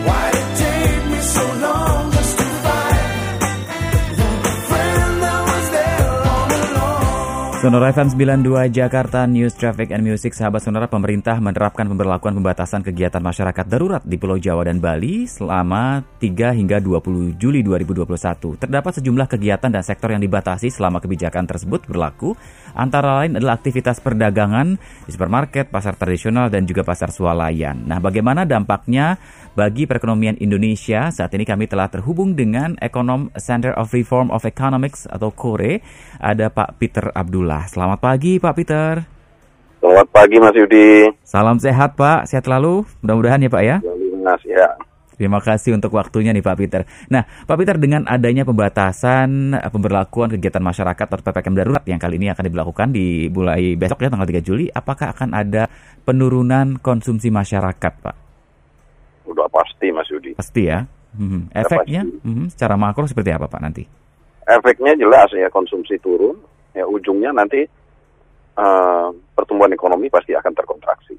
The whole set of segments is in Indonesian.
Why'd it take me so long just to find the friend that was there all along? Sonora FM 92 Jakarta News Traffic and Music. Sahabat Sonora, pemerintah menerapkan pemberlakuan pembatasan kegiatan masyarakat darurat di Pulau Jawa dan Bali selama 3 hingga 20 Juli 2021. Terdapat sejumlah kegiatan dan sektor yang dibatasi selama kebijakan tersebut berlaku. Antara lain adalah aktivitas perdagangan di supermarket, pasar tradisional, dan juga pasar swalayan. Nah, bagaimana dampaknya bagi perekonomian Indonesia? Saat ini kami telah terhubung dengan ekonom Center of Reform of Economics atau KORE. Ada Pak Peter Abdullah. Selamat pagi Pak Peter. Selamat pagi Mas Yudi. Salam sehat Pak, sehat selalu. Mudah-mudahan ya Pak ya. Ya. Terima kasih untuk waktunya nih Pak Peter. Nah Pak Peter, dengan adanya pembatasan pemberlakuan kegiatan masyarakat atau PPKM darurat yang kali ini akan diberlakukan mulai besok ya tanggal 3 Juli, apakah akan ada penurunan konsumsi masyarakat Pak? Udah pasti Mas Yudi. Pasti ya. Efeknya secara makro seperti apa Pak nanti? Efeknya jelas ya, konsumsi turun. Ya ujungnya nanti pertumbuhan ekonomi pasti akan terkontraksi.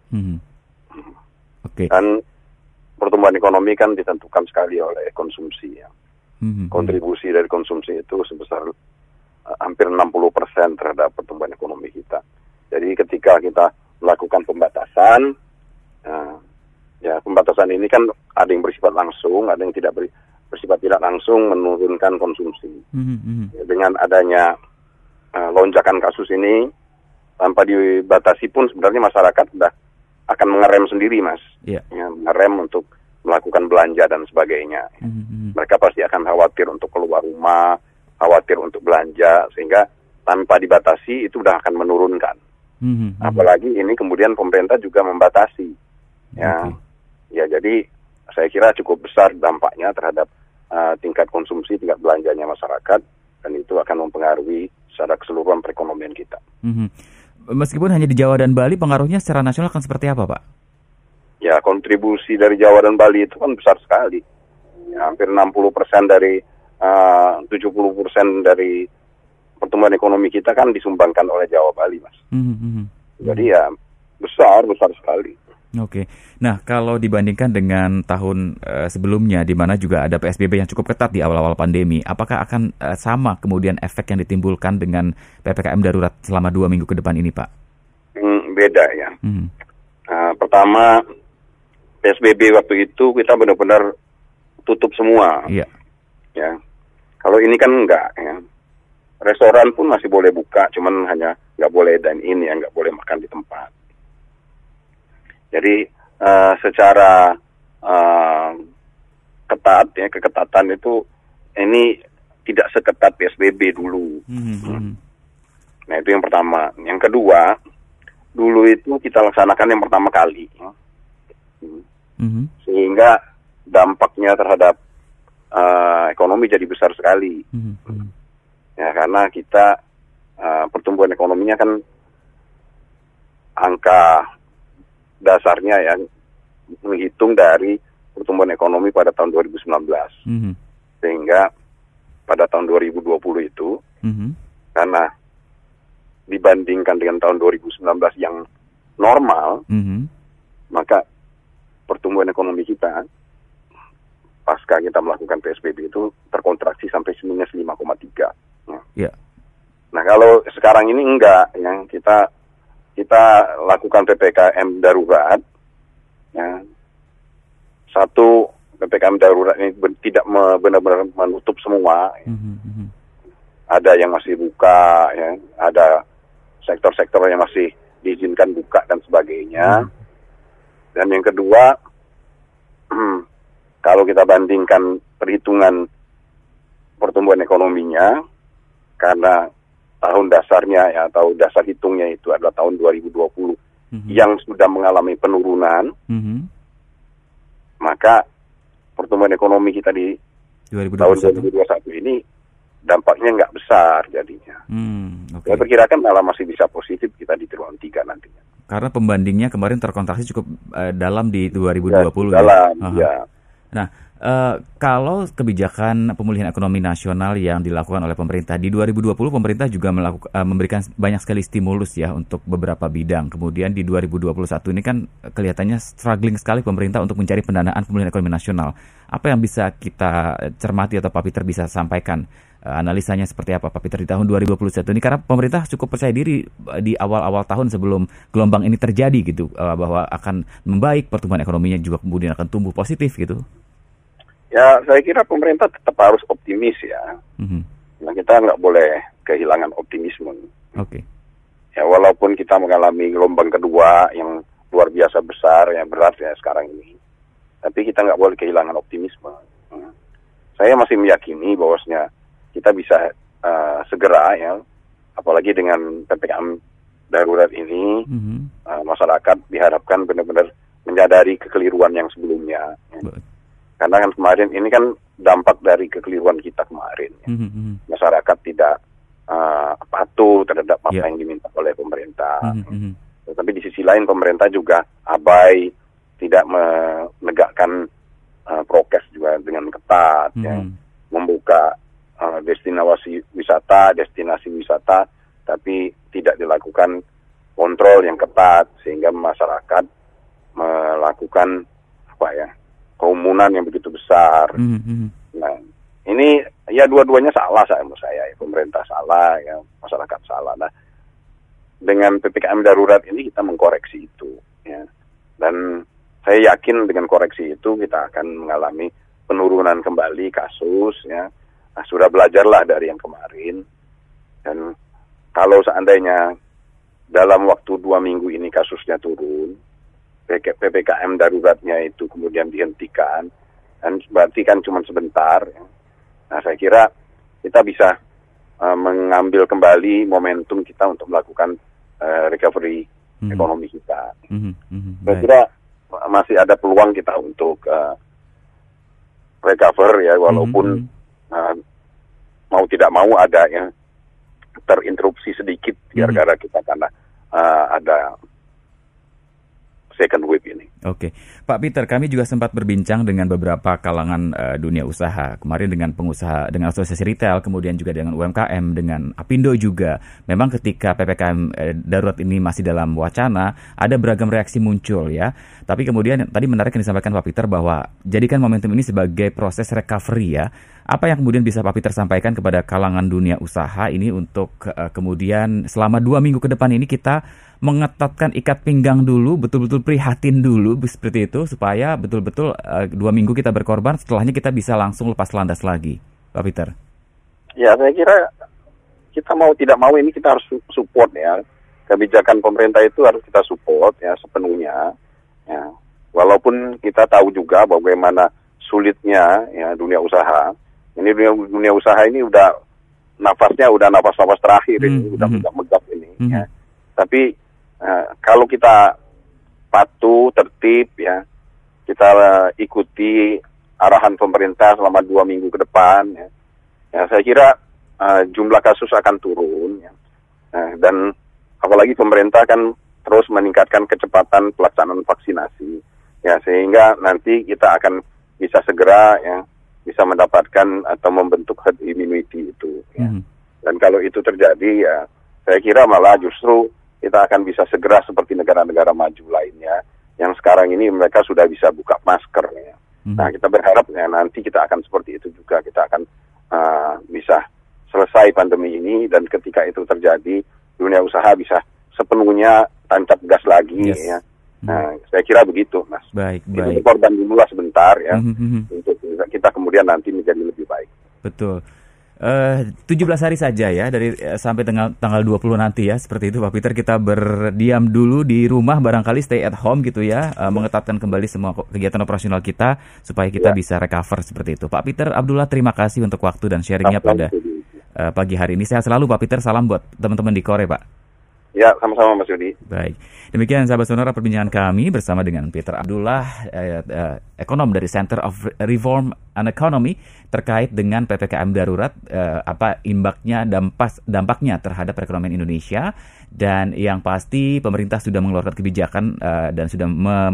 Oke. Dan pertumbuhan ekonomi kan ditentukan sekali oleh konsumsi ya. Kontribusi dari konsumsi itu sebesar hampir 60% terhadap pertumbuhan ekonomi kita. Jadi ketika kita melakukan pembatasan, ya pembatasan ini kan ada yang bersifat langsung, ada yang tidak bersifat tidak langsung, menurunkan konsumsi. Ya, dengan adanya lonjakan kasus ini, tanpa dibatasi pun sebenarnya masyarakat sudah akan mengerem sendiri, Mas. Yeah. Ya, mengerem untuk melakukan belanja dan sebagainya. Mereka pasti akan khawatir untuk keluar rumah, khawatir untuk belanja, sehingga tanpa dibatasi itu sudah akan menurunkan. Apalagi ini kemudian pemerintah juga membatasi. Ya, ya jadi saya kira cukup besar dampaknya terhadap tingkat konsumsi, tingkat belanjanya masyarakat, dan itu akan mempengaruhi secara keseluruhan perekonomian kita. Meskipun hanya di Jawa dan Bali, pengaruhnya secara nasional akan seperti apa, Pak? Ya, kontribusi dari Jawa dan Bali itu kan besar sekali. Ya, hampir 60% dari 70% dari pertumbuhan ekonomi kita kan disumbangkan oleh Jawa Bali, Mas. Jadi ya besar sekali. Oke. Nah, kalau dibandingkan dengan tahun sebelumnya, di mana juga ada PSBB yang cukup ketat di awal-awal pandemi, apakah akan sama kemudian efek yang ditimbulkan dengan PPKM darurat selama 2 minggu ke depan ini, Pak? Beda ya. Pertama, PSBB waktu itu kita benar-benar tutup semua. Iya. Ya. Kalau ini kan enggak ya. Restoran pun masih boleh buka, cuman hanya nggak boleh dine in ya, nggak boleh makan di tempat. Jadi secara ketat ya, keketatan itu ini tidak seketat PSBB dulu. Nah itu yang pertama. Yang kedua, dulu itu kita laksanakan yang pertama kali, sehingga dampaknya terhadap ekonomi jadi besar sekali. Ya karena kita pertumbuhan ekonominya kan angka dasarnya yang menghitung dari pertumbuhan ekonomi pada tahun 2019. Sehingga pada tahun 2020 itu, karena dibandingkan dengan tahun 2019 yang normal, maka pertumbuhan ekonomi kita, pasca kita melakukan PSBB itu terkontraksi sampai minus 5,3. Ya. Nah kalau sekarang ini enggak, ya, kita lakukan PPKM darurat. Ya. Satu, PPKM darurat ini tidak benar-benar menutup semua. Ya. Ada yang masih buka, ya. Ada sektor-sektor yang masih diizinkan buka dan sebagainya. Dan yang kedua, kalau kita bandingkan perhitungan pertumbuhan ekonominya, karena tahun dasarnya ya, atau dasar hitungnya itu adalah tahun 2020 yang sudah mengalami penurunan, maka pertumbuhan ekonomi kita di 2021. Tahun 2021 ini dampaknya nggak besar jadinya. Saya perkirakan malah masih bisa positif kita di triwulan 3 nantinya. Karena pembandingnya kemarin terkontraksi cukup dalam di 2020. Dalam, ya. Nah, kalau kebijakan pemulihan ekonomi nasional yang dilakukan oleh pemerintah di 2020, pemerintah juga memberikan banyak sekali stimulus ya untuk beberapa bidang. Kemudian di 2021 ini kan kelihatannya struggling sekali pemerintah untuk mencari pendanaan pemulihan ekonomi nasional. Apa yang bisa kita cermati atau Pak Peter bisa sampaikan analisanya seperti apa Pak Peter di tahun 2021 ini, karena pemerintah cukup percaya diri di awal-awal tahun sebelum gelombang ini terjadi gitu, bahwa akan membaik, pertumbuhan ekonominya juga kemudian akan tumbuh positif gitu. Ya, saya kira pemerintah tetap harus optimis ya. Nah, kita nggak boleh kehilangan optimisme. Oke. Ya, walaupun kita mengalami gelombang kedua yang luar biasa besar, yang berat ya sekarang ini, tapi kita nggak boleh kehilangan optimisme. Saya masih meyakini bahwasanya kita bisa segera ya, apalagi dengan PPKM darurat ini, masyarakat diharapkan benar-benar menyadari kekeliruan yang sebelumnya. Ya. Karena kan kemarin ini kan dampak dari kekeliruan kita kemarin. Ya. Masyarakat tidak patuh terhadap apa yang diminta oleh pemerintah. Tapi di sisi lain pemerintah juga abai, tidak menegakkan prokes juga dengan ketat, ya. Membuka destinasi wisata, tapi tidak dilakukan kontrol yang ketat sehingga masyarakat melakukan kerumunan yang begitu besar. Nah, ini ya dua-duanya salah menurut saya. Pemerintah salah, ya masyarakat salah. Nah, dengan PPKM darurat ini kita mengkoreksi itu, ya. Dan saya yakin dengan koreksi itu kita akan mengalami penurunan kembali kasus, ya. Nah, sudah belajarlah dari yang kemarin. Dan kalau seandainya dalam waktu 2 minggu ini kasusnya turun, PPKM daruratnya itu kemudian dihentikan, dan berarti kan cuma sebentar. Ya. Nah, saya kira kita bisa mengambil kembali momentum kita untuk melakukan recovery ekonomi kita. Saya kira masih ada peluang kita untuk recover ya, walaupun mau tidak mau ada yang terinterupsi sedikit gara-gara kita karena ada second wave ini. Oke, Pak Peter, kami juga sempat berbincang dengan beberapa kalangan dunia usaha kemarin, dengan pengusaha, dengan asosiasi retail, kemudian juga dengan UMKM, dengan Apindo juga. Memang ketika PPKM darurat ini masih dalam wacana, ada beragam reaksi muncul ya. Tapi kemudian tadi menarik yang disampaikan Pak Peter bahwa jadikan momentum ini sebagai proses recovery ya. Apa yang kemudian bisa Pak Peter sampaikan kepada kalangan dunia usaha ini untuk kemudian selama 2 minggu ke depan ini kita mengetatkan ikat pinggang dulu, betul-betul prihatin dulu seperti itu, supaya betul-betul 2 minggu kita berkorban, setelahnya kita bisa langsung lepas landas lagi, Pak Peter. Ya, saya kira kita mau tidak mau ini kita harus support ya. Kebijakan pemerintah itu harus kita support ya sepenuhnya. Ya. Walaupun kita tahu juga bagaimana sulitnya ya dunia usaha. Ini dunia usaha ini udah nafas terakhir ini, udah megap ini. Ya. Tapi kalau kita patuh, tertib, ya, kita ikuti arahan pemerintah selama 2 minggu ke depan, ya saya kira jumlah kasus akan turun, ya. Dan apalagi pemerintah kan terus meningkatkan kecepatan pelaksanaan vaksinasi, ya, sehingga nanti kita akan bisa segera, ya, bisa mendapatkan atau membentuk herd immunity itu, ya. Dan kalau itu terjadi, ya, saya kira malah justru kita akan bisa segera seperti negara-negara maju lainnya yang sekarang ini mereka sudah bisa buka masker. Ya. Nah, kita berharap ya, nanti kita akan seperti itu juga. Kita akan bisa selesai pandemi ini, dan ketika itu terjadi, dunia usaha bisa sepenuhnya tancap gas lagi. Yes. Ya. Nah, saya kira begitu, Mas. Baik. Itu korban dulu sebentar ya, untuk kita kemudian nanti menjadi lebih baik. Betul. 17 hari saja ya dari sampai tanggal 20 nanti ya, seperti itu Pak Peter, kita berdiam dulu di rumah, barangkali stay at home gitu ya, mengetatkan kembali semua kegiatan operasional kita supaya kita bisa recover seperti itu. Pak Peter Abdullah, terima kasih untuk waktu dan sharingnya pada pagi hari ini. Sehat selalu Pak Peter, salam buat teman-teman di Kore Pak. Ya, sama-sama Mas Yudi. Baik, demikian sahabat sonora perbincangan kami bersama dengan Peter Abdullah, ekonom dari Center of Reform and Economy, terkait dengan PPKM darurat, apa dampaknya terhadap perekonomian Indonesia, dan yang pasti pemerintah sudah mengeluarkan kebijakan dan sudah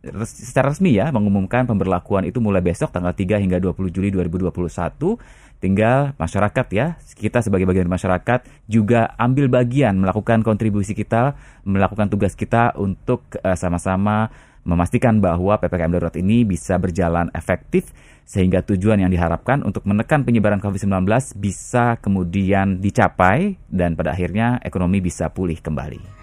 secara resmi ya mengumumkan pemberlakuan itu mulai besok tanggal 3 hingga 20 Juli 2021. Tinggal masyarakat ya, kita sebagai bagian dari masyarakat juga ambil bagian, melakukan kontribusi kita, melakukan tugas kita untuk sama-sama memastikan bahwa PPKM darurat ini bisa berjalan efektif sehingga tujuan yang diharapkan untuk menekan penyebaran COVID-19 bisa kemudian dicapai dan pada akhirnya ekonomi bisa pulih kembali.